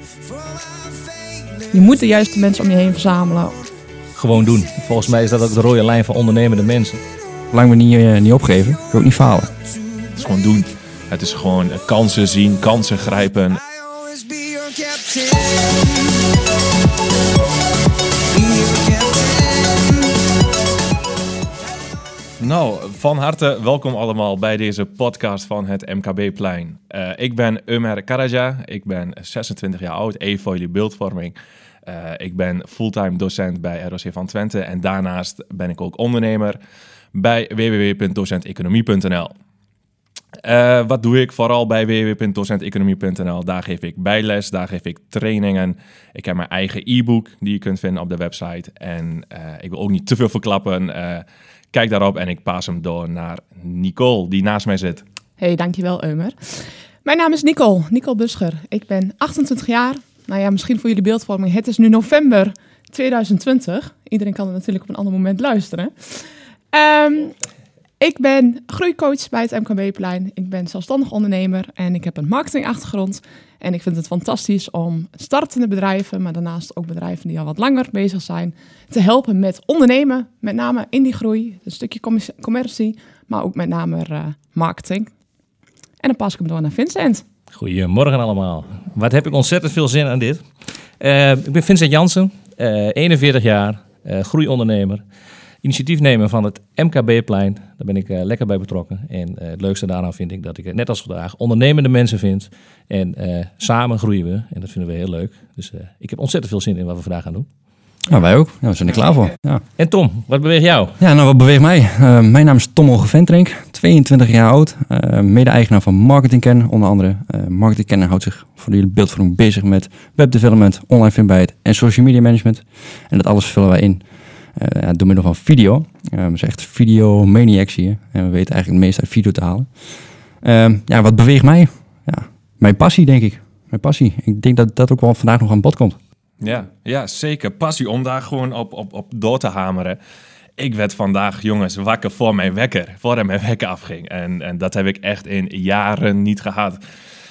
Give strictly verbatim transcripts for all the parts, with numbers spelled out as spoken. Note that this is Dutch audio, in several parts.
Je moet de juiste mensen om je heen verzamelen. Gewoon doen. Volgens mij is dat ook de rode lijn van ondernemende mensen. Zolang we niet, uh, niet opgeven, kun je ook niet falen. Het is gewoon doen. Het is gewoon kansen zien, kansen grijpen. Nou, van harte welkom allemaal bij deze podcast van het M K B-plein. Uh, ik ben Ömer Karaca, ik ben zesentwintig jaar oud, even voor jullie beeldvorming. Uh, ik ben fulltime docent bij R O C van Twente en daarnaast ben ik ook ondernemer bij w w w punt docent economie punt n l. Uh, wat doe ik vooral bij w w w punt docent economie punt n l? Daar geef ik bijles, daar geef ik trainingen. Ik heb mijn eigen e-book die je kunt vinden op de website. En uh, ik wil ook niet te veel verklappen. Uh, kijk daarop en ik paas hem door naar Nicole, die naast mij zit. Hey, dankjewel Ömer. Mijn naam is Nicole, Nicole Buscher. Ik ben achtentwintig jaar. Nou ja, misschien voor jullie beeldvorming. Het is nu november tweeduizend twintig. Iedereen kan het natuurlijk op een ander moment luisteren. Um, ik ben groeicoach bij het M K B-plein. Ik ben zelfstandig ondernemer en ik heb een marketingachtergrond. En ik vind het fantastisch om startende bedrijven, maar daarnaast ook bedrijven die al wat langer bezig zijn, te helpen met ondernemen. Met name in die groei, een stukje commercie, maar ook met name uh, marketing. En dan pas ik hem door naar Vincent. Goedemorgen allemaal. Wat heb ik ontzettend veel zin aan dit. Uh, ik ben Vincent Jansen, uh, eenenveertig jaar, uh, groeiondernemer. Initiatiefnemer van het M K B-plein. Daar ben ik uh, lekker bij betrokken. En uh, het leukste daaraan vind ik dat ik, net als vandaag, ondernemende mensen vind. En uh, samen groeien we. En dat vinden we heel leuk. Dus uh, ik heb ontzettend veel zin in wat we vandaag gaan doen. Nou, wij ook. Ja, we zijn er klaar voor. Ja. En Tom, wat beweegt jou? Ja, nou, wat beweegt mij? Uh, mijn naam is Tom Olge Ventrink, tweeëntwintig jaar oud. Uh, mede-eigenaar van Marketingken, onder andere. Uh, Marketingken houdt zich voor jullie beeldvorming bezig met webdevelopment, online vindbaarheid en social media management. En dat alles vullen wij in. Uh, ja, door middel van video. Uh, we zijn echt videomaniacs hier. En we weten eigenlijk het meest uit video te halen. Uh, ja, wat beweegt mij? Ja, mijn passie, denk ik. Mijn passie. Ik denk dat dat ook wel vandaag nog aan bod komt. Ja, ja, zeker. Passie om daar gewoon op, op, op door te hameren. Ik werd vandaag, jongens, wakker voor mijn wekker. Voordat mijn wekker afging. En, en dat heb ik echt in jaren niet gehad.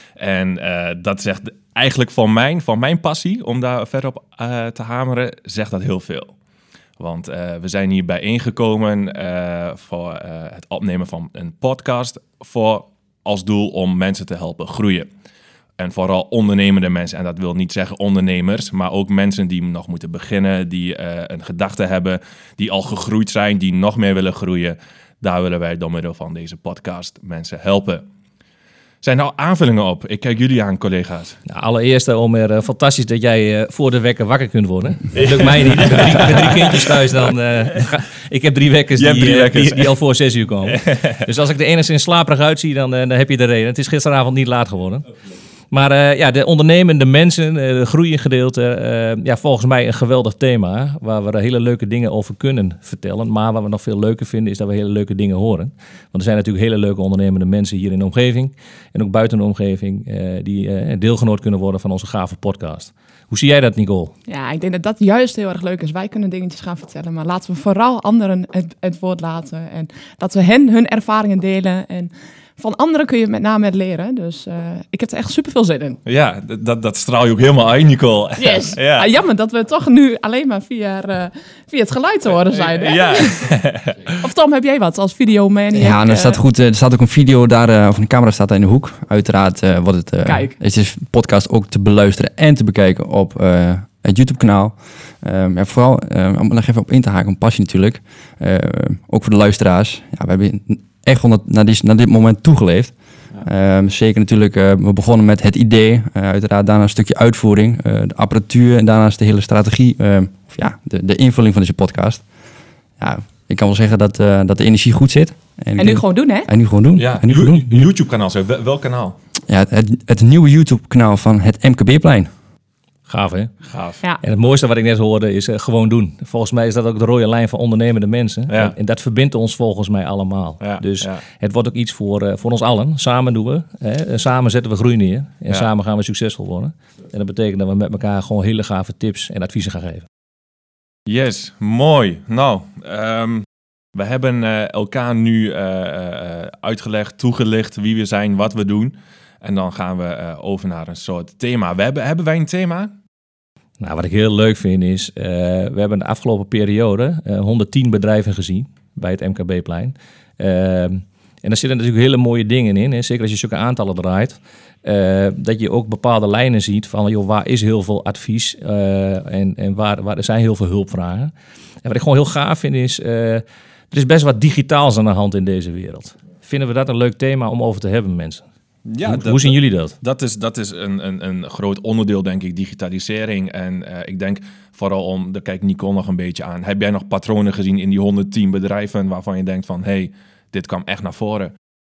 En uh, dat zegt eigenlijk voor mijn, voor mijn passie, om daar verder op uh, te hameren, zegt dat heel veel. Want uh, we zijn hier bijeengekomen uh, voor uh, het opnemen van een podcast voor als doel om mensen te helpen groeien. En vooral ondernemende mensen. En dat wil niet zeggen ondernemers, maar ook mensen die nog moeten beginnen, die uh, een gedachte hebben, die al gegroeid zijn, die nog meer willen groeien. Daar willen wij door middel van deze podcast mensen helpen. Zijn er al aanvullingen op? Ik kijk jullie aan, collega's. Nou, allereerst, Omer, uh, fantastisch dat jij uh, voor de wekker wakker kunt worden. Dat lukt mij niet. Met drie, met drie kindjes thuis dan... Uh, ga, ik heb drie wekkers, die, drie wekkers. Uh, die, die al voor zes uur komen. Dus als ik er enigszins slaperig uitzie, dan, uh, dan heb je de reden. Het is gisteravond niet laat geworden. Maar uh, ja, de ondernemende mensen, uh, de groeigedeelte, uh, ja, volgens mij een geweldig thema. Waar we hele leuke dingen over kunnen vertellen. Maar wat we nog veel leuker vinden is dat we hele leuke dingen horen. Want er zijn natuurlijk hele leuke ondernemende mensen hier in de omgeving. En ook buiten de omgeving uh, die uh, deelgenoot kunnen worden van onze gave podcast. Hoe zie jij dat, Nicole? Ja, ik denk dat dat juist heel erg leuk is. Wij kunnen dingetjes gaan vertellen, maar laten we vooral anderen het, het woord laten. En dat we hen hun ervaringen delen en... Van anderen kun je met name het leren. Dus uh, ik heb er echt super veel zin in. Ja, dat, dat straal je ook helemaal uit, Nicole. Yes. Ja. Ah, jammer dat we toch nu alleen maar via, uh, via het geluid te horen zijn. Hè? Ja. Of Tom, heb jij wat als videomaniac? Ja, en er staat goed. Er staat ook een video daar, uh, of een camera staat daar in de hoek. Uiteraard uh, wordt het. Uh, Kijk. Het is podcast ook te beluisteren en te bekijken op uh, het YouTube-kanaal. Um, ja, vooral uh, om nog even op in te haken, een passie natuurlijk. Uh, ook voor de luisteraars. Ja, we hebben echt naar, naar, die, naar dit moment toegeleefd. Ja. Um, zeker natuurlijk, uh, we begonnen met het idee, uh, uiteraard daarna een stukje uitvoering, uh, de apparatuur en daarnaast de hele strategie, uh, of ja, de, de invulling van deze podcast. Ja, ik kan wel zeggen dat, uh, dat de energie goed zit. En, en nu denk, gewoon doen, hè? En nu gewoon doen. Ja, en nu gewoon doen. YouTube-kanaal, zo. Wel, welk kanaal? Ja, het, het nieuwe YouTube-kanaal van het M K B-plein. Gaaf, hè? Gaaf. Ja. En het mooiste wat ik net hoorde is uh, gewoon doen. Volgens mij is dat ook de rode lijn van ondernemende mensen. Ja. En, en dat verbindt ons volgens mij allemaal. Ja. Dus ja. het wordt ook iets voor, uh, voor ons allen. Samen doen we. Hè? Samen zetten we groei neer. En ja. samen gaan we succesvol worden. En dat betekent dat we met elkaar gewoon hele gave tips en adviezen gaan geven. Yes, mooi. Nou, um, we hebben uh, elkaar nu uh, uh, uitgelegd, toegelicht wie we zijn, wat we doen. En dan gaan we uh, over naar een soort thema. We hebben, hebben wij een thema? Nou, wat ik heel leuk vind is, uh, we hebben de afgelopen periode uh, honderdtien bedrijven gezien bij het M K B-plein. Uh, en daar zitten natuurlijk hele mooie dingen in. Hè? Zeker als je zulke aantallen draait. Uh, dat je ook bepaalde lijnen ziet van, joh, waar is heel veel advies uh, en, en waar, waar er zijn heel veel hulpvragen. En wat ik gewoon heel gaaf vind is, uh, er is best wat digitaals aan de hand in deze wereld. Vinden we dat een leuk thema om over te hebben, mensen? Ja, hoe, dat, hoe zien jullie dat? Dat is, dat is een, een, een groot onderdeel, denk ik, digitalisering. En uh, ik denk vooral om, daar kijkt Nicole nog een beetje aan. Heb jij nog patronen gezien in die honderdtien bedrijven waarvan je denkt van, hé, hey, dit kwam echt naar voren?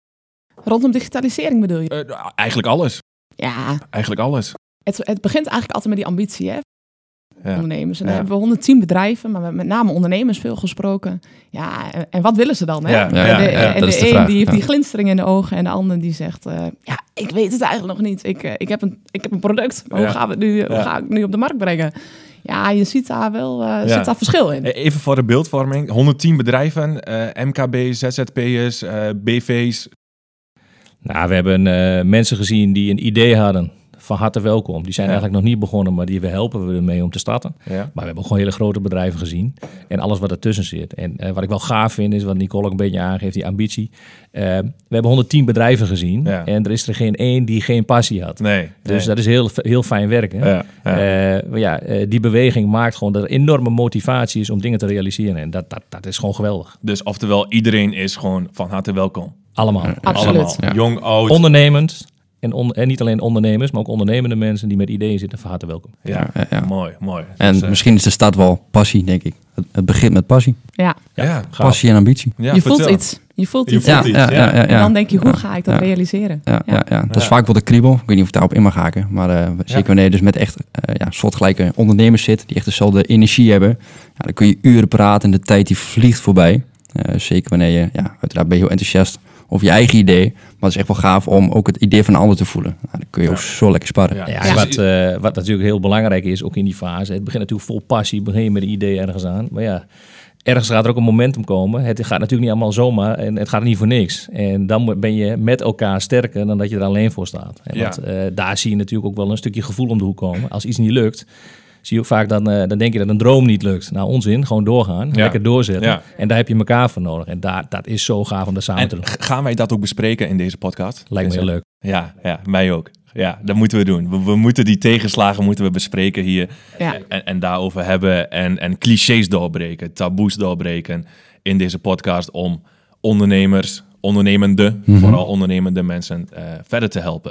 Rondom digitalisering bedoel je? Uh, eigenlijk alles. Ja. Eigenlijk alles. Het, het begint eigenlijk altijd met die ambitie, hè? Ja. Ondernemers. En dan Ja. hebben we honderdtien bedrijven, maar we hebben met name ondernemers veel gesproken. Ja, en, en wat willen ze dan? Hè? Ja, ja, en de, ja, en dat de is de een vraag, die heeft ja. die glinstering in de ogen en de ander die zegt, uh, ja, ik weet het eigenlijk nog niet. Ik, uh, ik, heb, een, ik heb een product, maar Ja. hoe, gaan we het nu, hoe Ja. ga ik het nu op de markt brengen? Ja, je ziet daar wel uh, Ja. zit daar verschil in. Even voor de beeldvorming. honderdtien bedrijven, uh, M K B, Z Z P'ers, uh, B V's. Nou, we hebben uh, mensen gezien die een idee hadden. Van harte welkom. Die zijn Ja. eigenlijk nog niet begonnen, maar die we helpen we ermee om te starten. Ja. Maar we hebben ook gewoon hele grote bedrijven gezien. En alles wat ertussen zit. En uh, wat ik wel gaaf vind, is wat Nicole ook een beetje aangeeft, die ambitie. Uh, we hebben honderdtien bedrijven gezien. Ja. En er is er geen één die geen passie had. Nee. Dus nee. dat is heel, heel fijn werken. Ja, ja. Uh, maar ja, uh, die beweging maakt gewoon dat er enorme motivatie is om dingen te realiseren. En dat, dat, dat is gewoon geweldig. Dus oftewel, iedereen is gewoon van harte welkom. Allemaal. Absoluut. Allemaal. Ja. Jong, oud. Ondernemend. En, on, en niet alleen ondernemers, maar ook ondernemende mensen die met ideeën zitten, van harte welkom. Ja, Ja, ja. mooi, mooi. En Dus, uh, misschien is de stad wel passie, denk ik. Het, het begint met passie. Ja, ja, ja, Gaaf. Passie en ambitie. ja, je voelt vertel. iets. Je voelt Je iets. voelt ja, iets, ja, ja. ja, ja, En dan denk je, hoe Ja. ga ik dat Ja. realiseren? Ja, ja. Ja, dat is Ja. vaak wel de kriebel. Ik weet niet of ik daarop in mag haken. Maar uh, zeker wanneer je dus met echt uh, ja, soortgelijke ondernemers zit, die echt dezelfde energie hebben, ja, dan kun je uren praten en de tijd die vliegt voorbij. Uh, zeker wanneer je, ja, uiteraard ben je heel enthousiast over je eigen idee. Maar het is echt wel gaaf om ook het idee van een ander te voelen. Nou, dan kun je Ja. ook zo lekker sparren. Ja. Ja, Ja. Wat, uh, wat natuurlijk heel belangrijk is, ook in die fase. Het begint natuurlijk vol passie, begin je met een idee ergens aan. Maar ja, ergens gaat er ook een momentum komen. Het gaat natuurlijk niet allemaal zomaar en het gaat niet voor niks. En dan ben je met elkaar sterker dan dat je er alleen voor staat. En Ja. want, uh, daar zie je natuurlijk ook wel een stukje gevoel om de hoek komen. Als iets niet lukt, zie je ook vaak, dan, uh, dan denk je dat een droom niet lukt. Nou, onzin, gewoon doorgaan, Ja. lekker doorzetten. Ja. En daar heb je elkaar voor nodig. En daar, dat is zo gaaf om dat samen En te doen. g- gaan wij dat ook bespreken in deze podcast? Lijkt me heel leuk. Ja, ja, mij ook. Ja, dat moeten we doen. We, we moeten die tegenslagen moeten we bespreken hier. Ja. En, en daarover hebben. En, en clichés doorbreken, taboes doorbreken in deze podcast. Om ondernemers, ondernemende, Mhm. vooral ondernemende mensen uh, verder te helpen.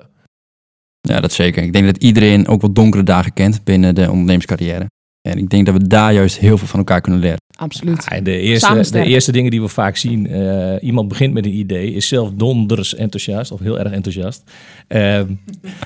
Ja, dat zeker. Ik denk dat iedereen ook wat donkere dagen kent binnen de ondernemerscarrière. En ik denk dat we daar juist heel veel van elkaar kunnen leren. Absoluut. Ja, en de, Samen eerste, de sterk. eerste dingen die we vaak zien, uh, iemand begint met een idee, is zelf donders enthousiast of heel erg enthousiast. Um,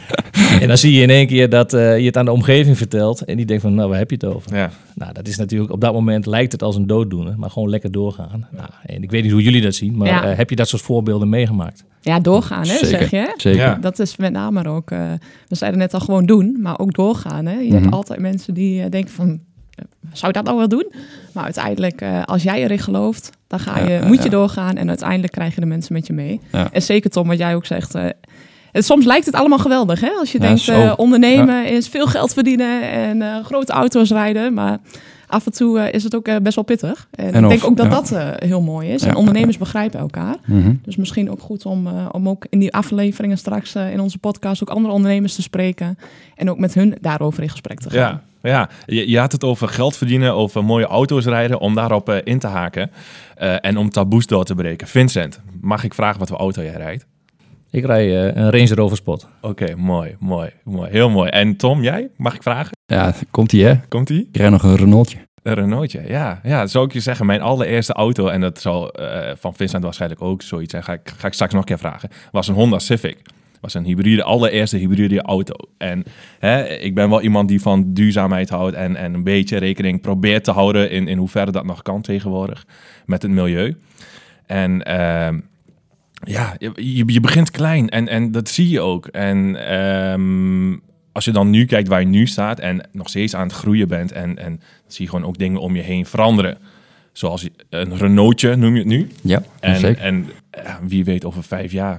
en dan zie je in één keer dat uh, je het aan de omgeving vertelt en die denkt van, nou, waar heb je het over? Ja. Nou, dat is natuurlijk, op dat moment lijkt het als een dooddoener, maar gewoon lekker doorgaan. Nou, en ik weet niet hoe jullie dat zien, maar Ja. uh, heb je dat soort voorbeelden meegemaakt? Ja, doorgaan, hè, Zeker. zeg je. Hè? Zeker. Ja. Dat is met name ook, uh, we zeiden net al gewoon doen, maar ook doorgaan. Hè? Je Mhm. hebt altijd mensen die uh, denken van, uh, zou ik dat nou wel doen? Maar uiteindelijk, uh, als jij erin gelooft, dan ga je, Ja, ja, moet je ja. doorgaan en uiteindelijk krijg je de mensen met je mee. Ja. En zeker Tom, wat jij ook zegt, uh, het, soms lijkt het allemaal geweldig, hè? Als je Ja, denkt, zo. uh, ondernemen is veel geld verdienen en uh, grote auto's rijden, maar af en toe uh, is het ook uh, best wel pittig. En, En ik denk of, ook dat ja. dat uh, heel mooi is. Ja, En ondernemers ja. begrijpen elkaar. Mhm. Dus misschien ook goed om, uh, om ook in die afleveringen straks uh, in onze podcast ook andere ondernemers te spreken. En ook met hun daarover in gesprek te gaan. Ja, ja. Je, je had het over geld verdienen, over mooie auto's rijden, om daarop uh, in te haken. Uh, en om taboes door te breken. Vincent, mag ik vragen wat voor auto jij rijdt? Ik rij uh, een Range Rover Sport. Oké, okay, mooi, mooi, mooi. Heel mooi. En Tom, jij? Mag ik vragen? Ja, komt ie hè. Komt-ie? Ik rij nog een Renaultje. Een Renaultje, ja. Ja, dat zou ik je zeggen. Mijn allereerste auto, en dat zal uh, van Vincent waarschijnlijk ook zoiets zijn, ga ik, ga ik straks nog een keer vragen, was een Honda Civic. Was een hybride, allereerste hybride auto. En hè, ik ben wel iemand die van duurzaamheid houdt en, en een beetje rekening probeert te houden in, in hoeverre dat nog kan tegenwoordig met het milieu. En uh, ja, je, je begint klein en, en dat zie je ook. En um, als je dan nu kijkt waar je nu staat en nog steeds aan het groeien bent en, en dan zie je gewoon ook dingen om je heen veranderen. Zoals een Renaultje noem je het nu. Ja, En, zeker. en ja, wie weet over vijf jaar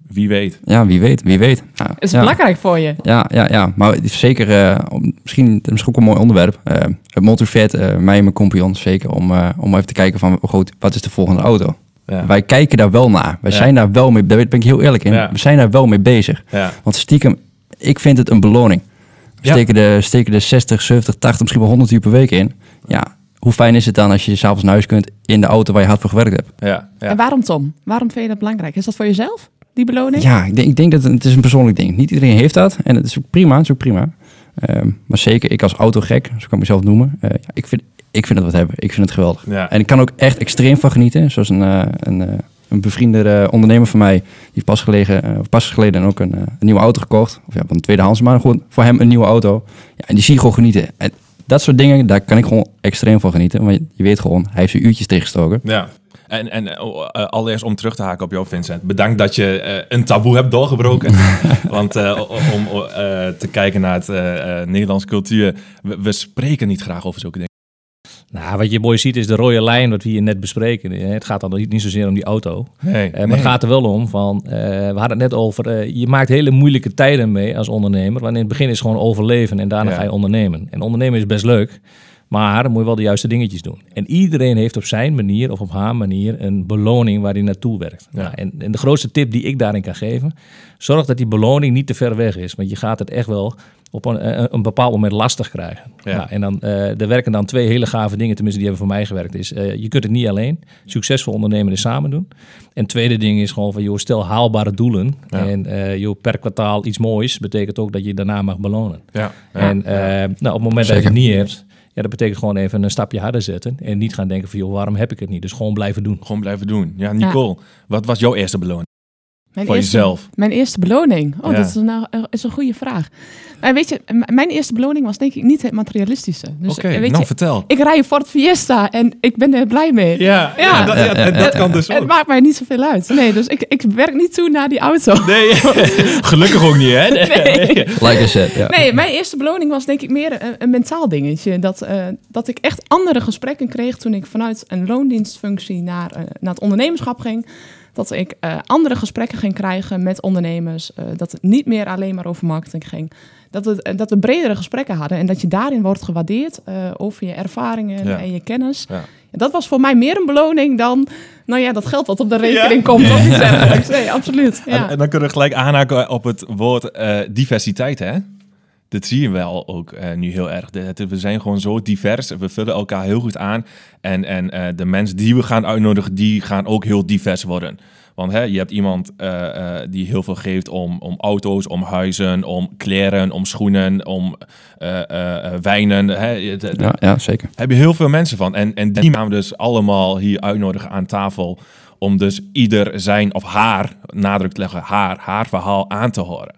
Wie weet. Ja, wie weet, wie weet. Ja, Het is ja. belangrijk voor je. Ja, ja, ja. Maar het is zeker, uh, om, misschien, het is misschien ook een mooi onderwerp. Uh, het motiveert uh, mij en mijn compagnon zeker om, uh, om even te kijken van, oh goed, wat is de volgende auto? Ja. Wij kijken daar wel naar. Wij Ja. zijn daar wel mee, daar ben ik heel eerlijk in. Ja. We zijn daar wel mee bezig. Ja. Want stiekem, ik vind het een beloning. We Ja. steken, de, steken de zestig, zeventig, tachtig, misschien wel honderd uur per week in. Ja, hoe fijn is het dan als je s'avonds naar huis kunt in de auto waar je hard voor gewerkt hebt? Ja. Ja. En waarom, Tom? Waarom vind je dat belangrijk? Is dat voor jezelf, die beloning? Ja, ik denk, ik denk dat het, het is een persoonlijk ding. Niet iedereen heeft dat. En het is ook prima, het is ook prima. Um, maar zeker, ik als autogek, zo kan ik mezelf noemen. Uh, ja, ik, vind, ik vind het wat hebben. Ik vind het geweldig. Ja. En ik kan ook echt extreem van genieten. Zoals een, uh, een, uh, een bevriende uh, ondernemer van mij. Die heeft pas, gelegen, uh, pas geleden ook een, uh, een nieuwe auto gekocht. Of ja, een tweedehands, maar gewoon voor hem een nieuwe auto. Ja, en die zie je gewoon genieten. En dat soort dingen, daar kan ik gewoon extreem van genieten. Want je, je weet gewoon, hij heeft zijn uurtjes tegengestoken. Ja. En, en uh, allereerst om terug te haken op jou, Vincent. Bedankt dat je uh, een taboe hebt doorgebroken. Want uh, om uh, te kijken naar het uh, uh, Nederlandse cultuur... We, we spreken niet graag over zulke dingen. Nou, wat je mooi ziet is de rode lijn wat we hier net bespreken. Het gaat dan niet zozeer om die auto. Nee, uh, maar nee. het gaat er wel om van... Uh, we hadden het net over... Uh, je maakt hele moeilijke tijden mee als ondernemer. Want in het begin is het gewoon overleven en daarna Ja. ga je ondernemen. En ondernemen is best leuk... Maar dan moet je wel de juiste dingetjes doen. En iedereen heeft op zijn manier of op haar manier een beloning waar hij naartoe werkt. Ja. Nou, en, en de grootste tip die ik daarin kan geven... zorg dat die beloning niet te ver weg is. Want je gaat het echt wel op een, een, een bepaald moment lastig krijgen. Ja. Nou, en dan, uh, er werken dan twee hele gave dingen, tenminste die hebben voor mij gewerkt. Is, uh, je kunt het niet alleen. Succesvol ondernemen is samen doen. En het tweede ding is gewoon van, joh, stel haalbare doelen. Ja. En uh, joh, per kwartaal iets moois betekent ook dat je daarna mag belonen. Ja. Ja. En uh, nou, op het moment Zeker. dat je het niet hebt... Ja, dat betekent gewoon even een stapje harder zetten. En niet gaan denken van, joh, waarom heb ik het niet? Dus gewoon blijven doen. Gewoon blijven doen. Ja, Nicole, ja. Wat was jouw eerste beloning? Mijn Voor eerste, jezelf. Mijn eerste beloning? Oh, Ja. dat is een, uh, is een goede vraag. Maar weet je, m- mijn eerste beloning was denk ik niet het materialistische. Dus, Oké, uh, weet nou je, vertel. ik rij een Ford Fiesta en ik ben er blij mee. Ja, ja, Ja. dat, ja, en dat kan dus Het ook. maakt mij niet zoveel uit. Nee, dus ik, ik werk niet toe naar die auto. Nee, gelukkig ook niet, hè? Nee. Like I said, ja. Nee, mijn eerste beloning was denk ik meer een, een mentaal dingetje. Dat, uh, dat ik echt andere gesprekken kreeg toen ik vanuit een loondienstfunctie naar, uh, naar het ondernemerschap ging. Dat ik uh, andere gesprekken ging krijgen met ondernemers. Uh, dat het niet meer alleen maar over marketing ging. Dat, het, uh, dat we bredere gesprekken hadden. En dat je daarin wordt gewaardeerd uh, over je ervaringen Ja. en je kennis. Ja. Ja, dat was voor mij meer een beloning dan nou ja, dat geld wat op de rekening Ja. komt. Of iets dergelijks. Nee, absoluut. Ja. En, en dan kunnen we gelijk aanhaken op het woord uh, diversiteit, hè? Dat zie je wel ook uh, nu heel erg. De, het, we zijn gewoon zo divers. We vullen elkaar heel goed aan. En, en uh, de mensen die we gaan uitnodigen, die gaan ook heel divers worden. Want hè, je hebt iemand uh, uh, die heel veel geeft om, om auto's, om huizen, om kleren, om schoenen, om uh, uh, wijnen. Hè. De, de, Ja, ja, zeker. Heb je heel veel mensen van. En, en die gaan we dus allemaal hier uitnodigen aan tafel. Om dus ieder zijn of haar, nadruk te leggen, haar, haar verhaal aan te horen.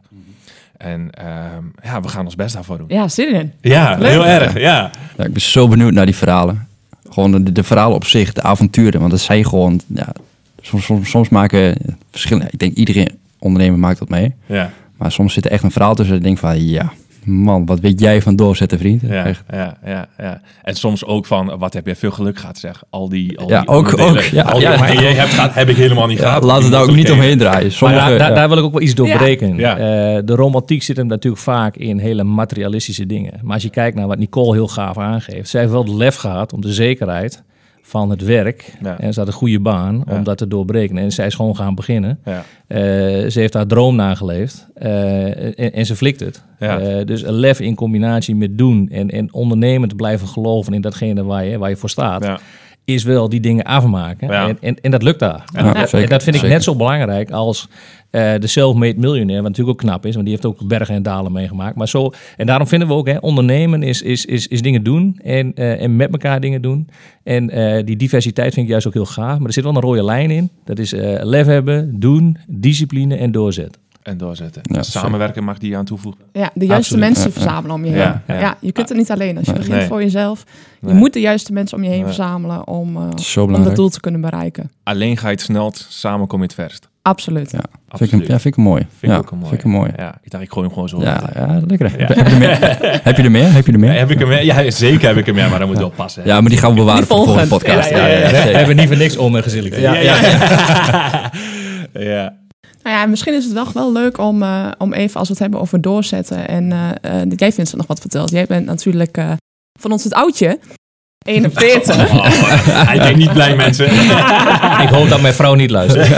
En um, ja, we gaan ons best daarvoor doen. Ja, zin in. Ja, Leuk. heel erg, ja. Ja, ik ben zo benieuwd naar die verhalen. Gewoon de, de verhalen op zich, de avonturen. Want dat zijn gewoon... Ja, soms, soms, soms maken verschillen... Ik denk iedereen ondernemer maakt dat mee. Ja, Maar soms zit er echt een verhaal tussen. En ik denk van, ja, man, wat weet jij van doorzetten, vriend? ja, Echt. ja, ja, ja. En soms ook van, wat heb je veel geluk gehad, zeg. Al die, al Ja, die ook, onderdelen. ook, ja, al die ja. maar jij hebt gehad, heb ik helemaal niet Ja, gehad. laten we daar ook niet omheen draaien. Maar Sommige, daar, daar, ja. daar wil ik ook wel iets doorbreken. Ja. Uh, de romantiek zit hem natuurlijk vaak in hele materialistische dingen. Maar als je kijkt naar wat Nicole heel gaaf aangeeft. Zij heeft wel het lef gehad om de zekerheid van het werk. Ja. En ze had een goede baan Ja. om dat te doorbreken. En zij is gewoon gaan beginnen. Ja, Uh, ze heeft haar droom nageleefd. Uh, en, en ze flikt het. Ja. Uh, dus een lef in combinatie met doen. En, en ondernemend blijven geloven in datgene waar je, waar je voor staat. ja. Is wel die dingen afmaken. Ja. En, en, en dat lukt daar. Ja, En, zeker, en dat vind ik zeker. net zo belangrijk als uh, de self-made millionaire. Wat natuurlijk ook knap is, want die heeft ook bergen en dalen meegemaakt. Maar zo, en daarom vinden we ook, hè, ondernemen is, is, is, is dingen doen. En, uh, en met elkaar dingen doen. En uh, die diversiteit vind ik juist ook heel gaaf. Maar er zit wel een rode lijn in. Dat is uh, lef hebben, doen, discipline en doorzetten. En doorzetten. Ja, Samenwerken mag die aan toevoegen. Ja, de juiste Absoluut. mensen Ja, ja. verzamelen om je heen. Ja, Ja, ja. je kunt het niet alleen als je Nee. begint Nee. voor jezelf. Je Nee. moet de juiste mensen om je heen Nee. verzamelen om, uh, is zo om belangrijk. dat doel te kunnen bereiken. Alleen ga je het snelst, samen kom je het verst. Absoluut. Ja, vind ik, Absoluut. hem- ja, vind ik hem mooi. Vind ik ja, ook een mooie. Vind ik hem mooi. Ja, ik dacht, ik gooi hem gewoon zo. Ja, erin. ja, lekker. Ja. Heb, je er meer? heb je er meer? Heb je er meer? Ja, heb ik hem meer? Ja, zeker heb ik hem meer, maar dat moet wel passen. hè. Ja, maar die gaan we bewaren Die voor de volgende volgen. podcast. Ja, ja, ja, ja. We hebben niet voor niks om en gezellig. Ja, ja. Ja. Ja, Nou ja, misschien is het wel, wel leuk om, uh, om even, als we het hebben over doorzetten. En uh, uh, jij, Vincent, nog wat verteld. Jij bent natuurlijk uh, van ons het oudje. eenenveertig. Oh, hij denkt niet blij, mensen. Ik hoop dat mijn vrouw niet luistert.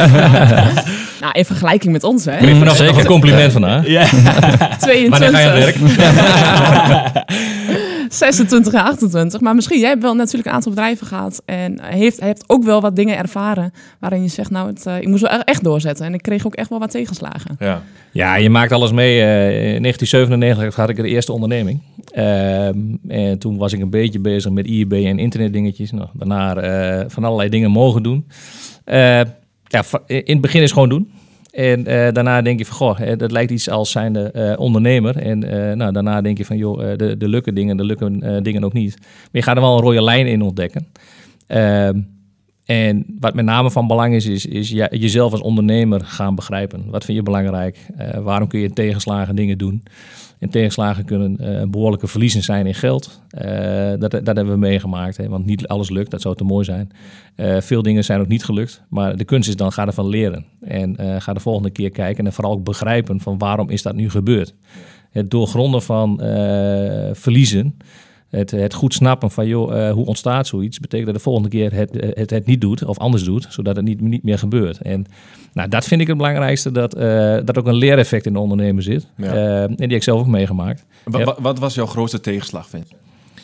Nou, in vergelijking met ons, hè? Ik vind nog een compliment van haar. Ja. tweeëntwintig. Wanneer ga je aan het werk? zesentwintig en achtentwintig. Maar misschien, jij hebt wel natuurlijk een aantal bedrijven gehad. En heeft, hebt ook wel wat dingen ervaren waarin je zegt, nou, het, uh, ik moest wel echt doorzetten. En ik kreeg ook echt wel wat tegenslagen. Ja, ja je maakt alles mee. Uh, in negentien zevenennegentig had ik de eerste onderneming. Uh, en toen was ik een beetje bezig met I A B en internetdingetjes. Nou, daarna uh, van allerlei dingen mogen doen. Uh, ja, in het begin is gewoon doen. En uh, daarna denk je van, goh, dat lijkt iets als zijnde uh, ondernemer. En uh, nou, daarna denk je van, joh, uh, de, de lukken dingen, de lukken uh, dingen ook niet. Maar je gaat er wel een rode lijn in ontdekken. Uh, en wat met name van belang is, is, is ja, jezelf als ondernemer gaan begrijpen. Wat vind je belangrijk? Uh, waarom kun je in tegenslagen dingen doen? In tegenslagen kunnen uh, behoorlijke verliezen zijn in geld. Uh, dat, dat hebben we meegemaakt, hè? Want niet alles lukt, dat zou te mooi zijn. Uh, veel dingen zijn ook niet gelukt, maar de kunst is dan, ga ervan leren. En uh, ga de volgende keer kijken en vooral ook begrijpen van waarom is dat nu gebeurd. Het doorgronden van uh, verliezen, het, het goed snappen van joh, uh, hoe ontstaat zoiets, betekent dat de volgende keer het, het, het niet doet of anders doet, zodat het niet, niet meer gebeurt. En nou, dat vind ik het belangrijkste, dat, uh, dat ook een leereffect in de ondernemer zit. Ja. Uh, en die heb ik zelf ook meegemaakt. Wat, ja. wat was jouw grootste tegenslag, Vincent?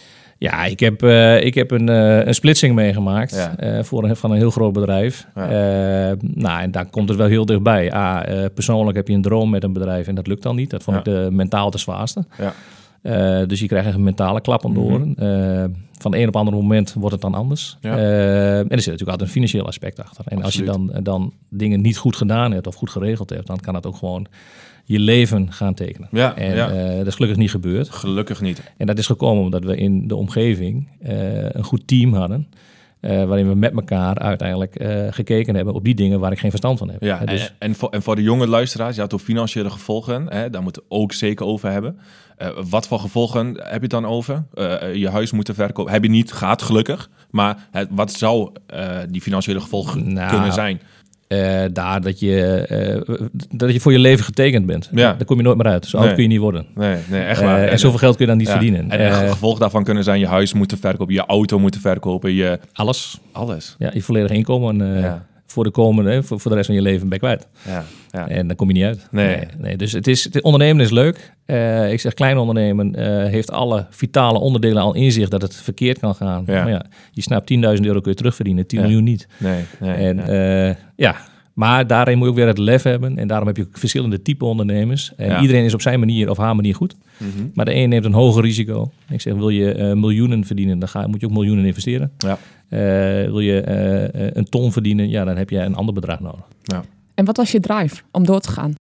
Ja, ik heb, uh, ik heb een, uh, een splitsing meegemaakt ja. uh, voor een, van een heel groot bedrijf. Ja. Uh, nou, en daar komt het wel heel dichtbij. Ah, uh, persoonlijk heb je een droom met een bedrijf en dat lukt dan niet. Dat vond ja. ik de mentaal de zwaarste. Ja. Uh, dus je krijgt een mentale klap aan de oren. Mm-hmm. Uh, van de een op het andere moment wordt het dan anders. Ja. Uh, en er zit natuurlijk altijd een financieel aspect achter. En Absoluut. Als je dan, dan dingen niet goed gedaan hebt of goed geregeld hebt, dan kan dat ook gewoon je leven gaan tekenen. Ja, en ja. Uh, dat is gelukkig niet gebeurd. Gelukkig niet. En dat is gekomen omdat we in de omgeving uh, een goed team hadden. Uh, waarin we met elkaar uiteindelijk uh, gekeken hebben op die dingen waar ik geen verstand van heb. Ja, dus... en, en, voor, en voor de jonge luisteraars, je had ook financiële gevolgen. Hè, daar moeten we ook zeker over hebben. Uh, wat voor gevolgen heb je het dan over? Uh, je huis moeten verkopen. Heb je niet gehad, gelukkig. Maar het, wat zou uh, die financiële gevolgen nou, kunnen zijn? Uh, daar dat je, uh, dat je voor je leven getekend bent. Ja. Daar kom je nooit meer uit. Zo oud nee. kun je niet worden. Nee, nee echt waar. Uh, en zoveel geld kun je dan niet ja. verdienen. En uh, gevolgen daarvan kunnen zijn je huis moeten verkopen, je auto moeten verkopen. Je... Alles. Alles. Ja, je volledige inkomen uh, ja. voor de komende, voor, voor de rest van je leven ben je kwijt. Ja. Ja. En dan kom je niet uit. Nee. nee, nee. Dus het is, het ondernemen is leuk. Uh, ik zeg, klein ondernemen uh, heeft alle vitale onderdelen al in zich dat het verkeerd kan gaan. Ja. Maar ja, je snapt tienduizend euro kun je terugverdienen, tien ja. miljoen niet. Nee, nee. En ja... Uh, ja. Maar daarin moet je ook weer het lef hebben. En daarom heb je ook verschillende type ondernemers. En ja. iedereen is op zijn manier of haar manier goed. Mm-hmm. Maar de een neemt een hoger risico. Ik zeg, wil je uh, miljoenen verdienen, dan ga, moet je ook miljoenen investeren. Ja. Uh, wil je uh, een ton verdienen, ja, dan heb je een ander bedrag nodig. Ja. En wat was je drive om door te gaan?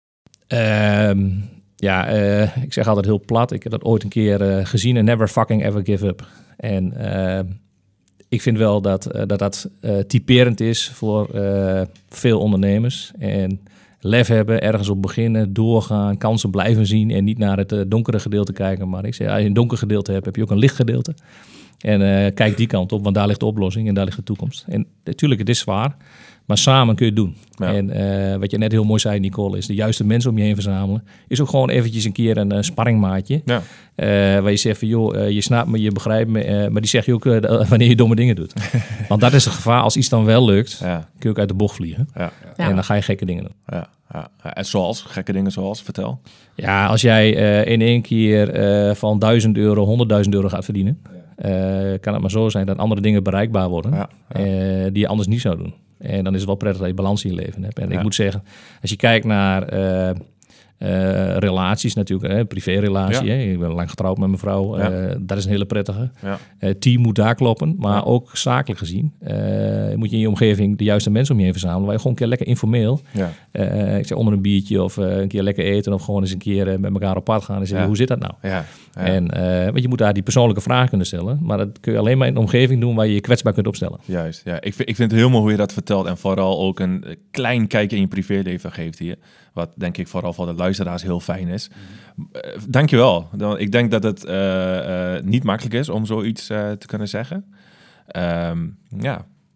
Uh, ja, uh, ik zeg altijd heel plat. Ik heb dat ooit een keer uh, gezien. En never fucking ever give up. En... Uh, Ik vind wel dat uh, dat, dat uh, typerend is voor uh, veel ondernemers. En lef hebben, ergens op beginnen, doorgaan, kansen blijven zien en niet naar het uh, donkere gedeelte kijken. Maar ik zeg, als je een donker gedeelte hebt, heb je ook een licht gedeelte. En uh, kijk die kant op, want daar ligt de oplossing en daar ligt de toekomst. En natuurlijk, het is zwaar, maar samen kun je het doen. Ja. En uh, wat je net heel mooi zei, Nicole, is de juiste mensen om je heen verzamelen. Is ook gewoon eventjes een keer een uh, sparringmaatje. Ja. Uh, waar je zegt van, joh, uh, je snapt me, je begrijpt me. Uh, maar die zeg je ook uh, wanneer je domme dingen doet. Want dat is het gevaar. Als iets dan wel lukt, ja. kun je ook uit de bocht vliegen. Ja. Ja. En dan ga je gekke dingen doen. Ja. Ja. En zoals? Gekke dingen zoals? Vertel. Ja, als jij uh, in één keer uh, van duizend euro, honderdduizend euro gaat verdienen. Ja. Uh, kan het maar zo zijn dat andere dingen bereikbaar worden. Ja. Ja. Uh, die je anders niet zou doen. En dan is het wel prettig dat je balans in je leven hebt. En ja. ik moet zeggen, als je kijkt naar uh, uh, relaties natuurlijk, hè, privérelatie. Ja. Hè, ik ben lang getrouwd met mijn vrouw. Ja. Uh, dat is een hele prettige. Ja. Uh, team moet daar kloppen. Maar ja. ook zakelijk gezien uh, moet je in je omgeving de juiste mensen om je heen verzamelen. Waar je gewoon een keer lekker informeel, ja. uh, ik zeg onder een biertje of uh, een keer lekker eten. Of gewoon eens een keer uh, met elkaar op pad gaan en zeggen, ja. hoe zit dat nou? Ja. Ja. En, uh, want je moet daar die persoonlijke vragen kunnen stellen. Maar dat kun je alleen maar in een omgeving doen waar je je kwetsbaar kunt opstellen. Juist, ja. Ik vind, ik vind het heel mooi hoe je dat vertelt. En vooral ook een klein kijkje in je privéleven geeft hier. Wat denk ik vooral voor de luisteraars heel fijn is. Mm-hmm. Uh, dankjewel. Ik denk dat het uh, uh, niet makkelijk is om zoiets uh, te kunnen zeggen. Um, ja.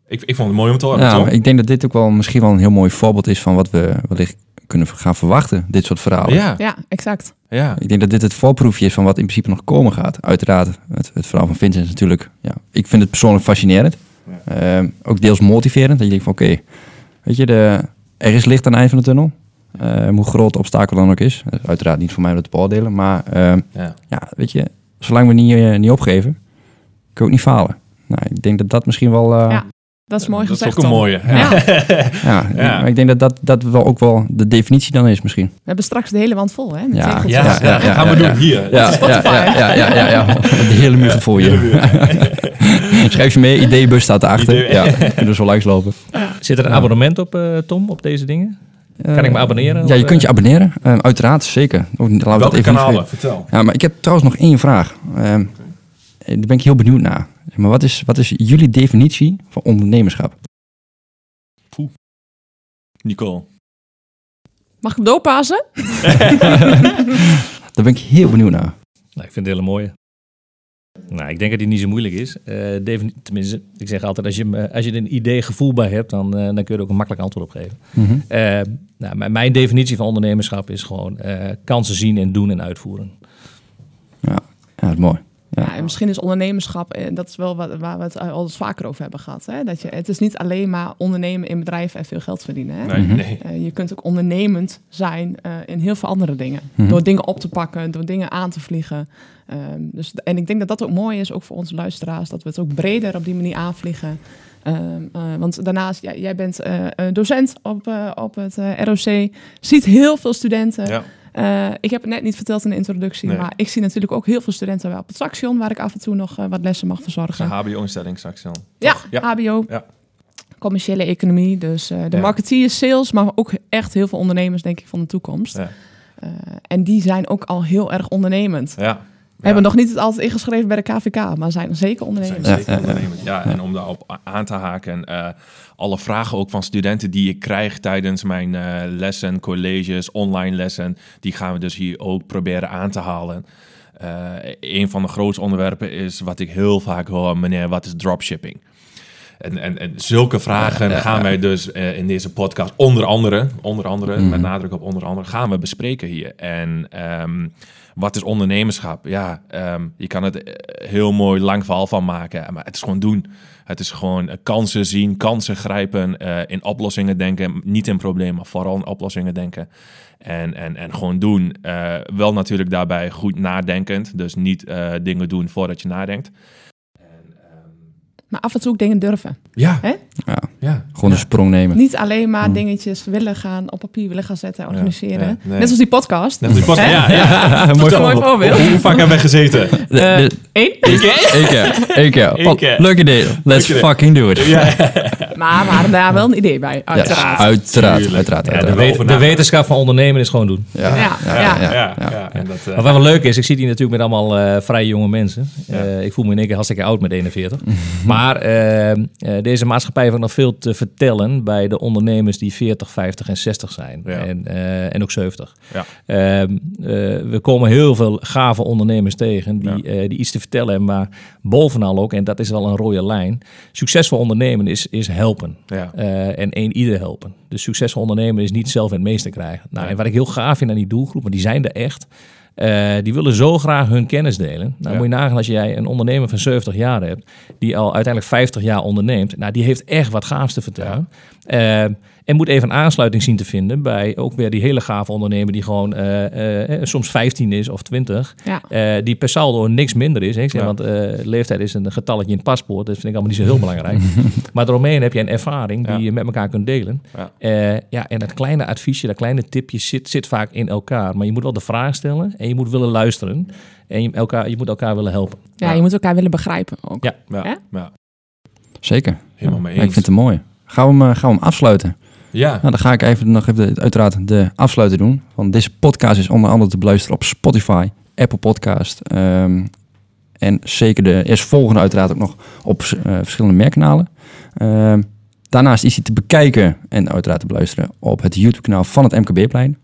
Ik, ik vond het mooi om te horen. Ja, maar ik denk dat dit ook wel misschien wel een heel mooi voorbeeld is van wat we wellicht kunnen gaan verwachten, dit soort verhalen. Ja, Ja, exact. ja. Ik denk dat dit het voorproefje is van wat in principe nog komen gaat. Uiteraard, het, het verhaal van Vincent is natuurlijk, ja, ik vind het persoonlijk fascinerend. Ja. Uh, ook deels motiverend, dat je denkt van oké, okay, weet je, de, er is licht aan het eind van de tunnel. Uh, hoe groot de obstakel dan ook is. Dat is uiteraard niet voor mij om dat te beoordelen, maar uh, ja. ja, weet je, zolang we niet, uh, niet opgeven, kun je ook niet falen. Nou, ik denk dat dat misschien wel... Uh, ja. Dat is mooi dat gezegd. Dat is ook een mooie. Ja. Ja. ja, ja. Maar ik denk dat dat, dat wel ook wel de definitie dan is misschien. We hebben straks de hele wand vol, hè? Met ja. Ja, ja, ja, ja, gaan we ja, doen hier. Ja, ja, ja, ja, ja, ja, ja. De hele muur voor je. Schrijf je mee, ideebus staat erachter. Ja, kunnen we zo langs lopen. Ja. Zit er een ja. abonnement op, uh, Tom, op deze dingen? Kan ik me abonneren? Ja, je of, kunt je abonneren. Uh, uiteraard, zeker. Laten we Welke dat even kanalen? Vertel. Ja, maar ik heb trouwens nog één vraag. Uh, daar ben ik heel benieuwd naar. Maar wat is, wat is jullie definitie van ondernemerschap? Poeh. Nicole. Mag ik hem doorpassen? Daar ben ik heel benieuwd naar. Nou, ik vind het een hele mooie. Nou, ik denk dat die niet zo moeilijk is. Uh, defini- tenminste, ik zeg altijd, als je, als je er een idee gevoel bij hebt, dan, uh, dan kun je er ook een makkelijk antwoord op geven. Mm-hmm. Uh, nou, mijn definitie van ondernemerschap is gewoon uh, kansen zien en doen en uitvoeren. Ja, ja dat is mooi. Ja. Ja, en misschien is ondernemerschap, en dat is wel wat, waar we het al eens vaker over hebben gehad. Hè? Dat je, het is niet alleen maar ondernemen in bedrijven en veel geld verdienen. Hè? Nee, Mm-hmm. nee. Uh, je kunt ook ondernemend zijn uh, in heel veel andere dingen. Mm-hmm. Door dingen op te pakken, door dingen aan te vliegen. Um, dus, en ik denk dat dat ook mooi is, ook voor onze luisteraars, dat we het ook breder op die manier aanvliegen. Um, uh, want daarnaast, ja, jij bent uh, docent op, uh, op het uh, R O C, ziet heel veel studenten. Ja. Uh, ik heb het net niet verteld in de introductie, Nee. maar ik zie natuurlijk ook heel veel studenten op het Saxion, waar ik af en toe nog uh, wat lessen mag verzorgen. Een H B O-instelling straks dan. Ja, Ja. H B O, Ja. commerciële economie, dus uh, de Ja. marketeers, sales, maar ook echt heel veel ondernemers, denk ik, van de toekomst. Ja. Uh, en die zijn ook al heel erg ondernemend. Ja. We hebben nog niet het altijd ingeschreven bij de K V K, maar zijn zeker ondernemers. Zijn zeker Ja, ja, ja. ondernemend. Ja, en om daarop aan te haken, uh, alle vragen ook van studenten die ik krijg tijdens mijn uh, lessen, colleges, online lessen, die gaan we dus hier ook proberen aan te halen. Uh, een van de grootste onderwerpen is wat ik heel vaak hoor, meneer, wat is dropshipping? En, en, en zulke vragen Ja, ja, gaan ja. wij dus uh, in deze podcast onder andere, onder andere, Mhm. met nadruk op onder andere, gaan we bespreken hier. En um, wat is ondernemerschap? Ja, um, je kan het uh, heel mooi lang verhaal van maken, maar het is gewoon doen. Het is gewoon uh, kansen zien, kansen grijpen, uh, in oplossingen denken, niet in problemen, maar vooral in oplossingen denken. En, en, en gewoon doen. Uh, wel natuurlijk daarbij goed nadenkend, dus niet uh, dingen doen voordat je nadenkt. Maar af en toe ook dingen durven. Ja, Hè? Ja, ja. gewoon ja. een sprong nemen. Niet alleen maar Mm. dingetjes willen gaan, op papier willen gaan zetten, organiseren. ja, nee. Net zoals die podcast. Net als die podcast. Hè? Ja, ja. Mooi Een mooi voorbeeld. Hoe, hoe vaak hebben we gezeten? De- de- Uh, Eén. Eén keer. Eén keer. Eén Pat, keer. Leuk idee. Let's idee. fucking do it. Ja. Maar we hadden daar wel een idee bij, Ja, uiteraard. uiteraard. Tuurlijk. Uiteraard. Ja, de, uiteraard. wet- over de nagedacht. wetenschap van ondernemen is gewoon doen. Ja, Ja, ja, ja. ja. Ja, ja. En dat, uh, Maar wat wel leuk is, ik zit hier natuurlijk met allemaal uh, vrij jonge mensen. Uh, Ja. Ik voel me in één keer hartstikke oud met eenenveertig. Maar uh, uh, deze maatschappij heeft nog veel te vertellen bij de ondernemers die veertig, vijftig en zestig zijn. Ja. En, uh, en ook zeventig. Ja. Uh, uh, we komen heel veel gave ondernemers tegen die, Ja. uh, die iets te vertellen hebben. Maar bovenal ook, en dat is wel een rode lijn, succesvol ondernemen is, is helpen. Ja. Uh, en één ieder helpen. Dus succesvol ondernemen is niet zelf het meeste krijgen. Nou, Nee. en wat ik heel gaaf vind aan die doelgroep, want die zijn er echt. Uh, die willen zo graag hun kennis delen. Nou, Ja. moet je nagaan als jij een ondernemer van zeventig jaar hebt, die al uiteindelijk vijftig jaar onderneemt. Nou, die heeft echt wat gaafs te vertellen. Uh, en moet even een aansluiting zien te vinden bij ook weer die hele gave ondernemer die gewoon uh, uh, soms vijftien is of twintig. Ja. Uh, die per saldo niks minder is. Hè? Ik zeg, Ja. Want uh, leeftijd is een getalletje in het paspoort. Dat vind ik allemaal niet zo heel belangrijk. Maar daaromheen heb je een ervaring die Ja. je met elkaar kunt delen. Ja. Uh, ja, en dat kleine adviesje, dat kleine tipje zit, zit vaak in elkaar. Maar je moet wel de vraag stellen en je moet willen luisteren. En je, elkaar, je moet elkaar willen helpen. Ja, je moet elkaar willen begrijpen ook. Ja. Ja. Hè? Ja. Zeker. Helemaal mee Ja, eens. ik vind het mooi. Gaan we hem, uh, gaan we hem afsluiten? Ja. Nou, dan ga ik even nog even de, uiteraard de afsluiter doen. Want deze podcast is onder andere te beluisteren op Spotify, Apple Podcast. Um, en zeker de eerstvolgende uiteraard ook nog op uh, verschillende merkkanalen. Um, daarnaast is hij te bekijken en uiteraard te beluisteren op het YouTube-kanaal van het M K B-plein.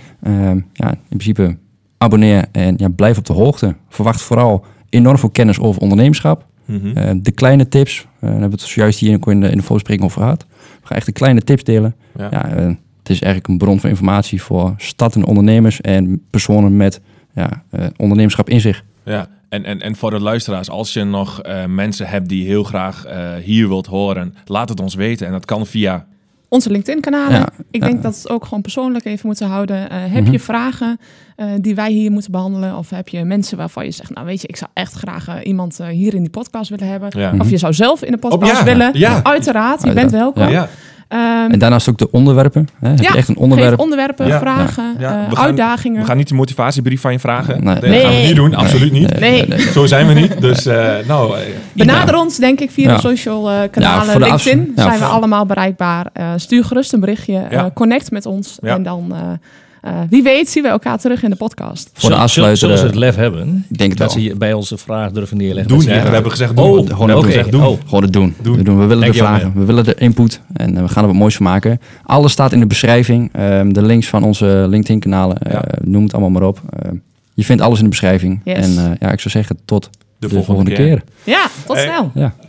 Um, ja, in principe abonneer en ja, blijf op de hoogte. Verwacht vooral enorm veel kennis over ondernemerschap. Mm-hmm. Uh, de kleine tips, uh, daar hebben we het zojuist hier in de, in de voorbespreking over gehad. We gaan echt de kleine tips delen. Ja. Ja, uh, het is eigenlijk een bron van informatie voor startende ondernemers en personen met ja, uh, ondernemerschap in zich. Ja, en, en, en voor de luisteraars, als je nog uh, mensen hebt die heel graag uh, hier wilt horen, laat het ons weten. En dat kan via onze LinkedIn-kanalen. Ja, ik denk uh, dat we het ook gewoon persoonlijk even moeten houden. Uh, heb mm-hmm. je vragen uh, die wij hier moeten behandelen? Of heb je mensen waarvan je zegt, nou weet je, ik zou echt graag uh, iemand uh, hier in die podcast willen hebben. Ja. Of je zou zelf in de podcast oh, ja. willen. Ja. Uiteraard, je bent welkom. Ja. Ja. Um, en daarnaast ook de onderwerpen. Hè? Heb ja, je echt een onderwerp? onderwerpen, ja. vragen, ja. Ja. Uh, we gaan, uitdagingen. We gaan niet de motivatiebrief van je vragen. Nee. Dat nee. gaan we niet doen, absoluut nee. niet. Nee. Nee. Zo zijn we niet. Dus uh, nou, uh, benader ja. ons, denk ik, via ja. de social uh, kanalen. Ja, LinkedIn ja, zijn we allemaal bereikbaar. Uh, stuur gerust een berichtje. Ja. Uh, connect met ons. Ja. En dan... Uh, Uh, wie weet zien we elkaar terug in de podcast. Voor de afsluiter, zullen ze het lef hebben? Ik denk het dat wel. ze bij onze vraag durven neerleggen. Doen, hè? We hebben gezegd doen. Oh, gewoon, okay. gezegd, doen. Oh. gewoon het doen. doen. We, doen. we willen Denk de vragen, we willen de input en uh, we gaan er wat moois van maken. Alles staat in de beschrijving. Um, de links van onze LinkedIn-kanalen, uh, ja. noem het allemaal maar op. Uh, je vindt alles in de beschrijving. Yes. En uh, ja, ik zou zeggen tot de, de volgende, volgende keer. keer. Ja, tot hey. snel. Ja.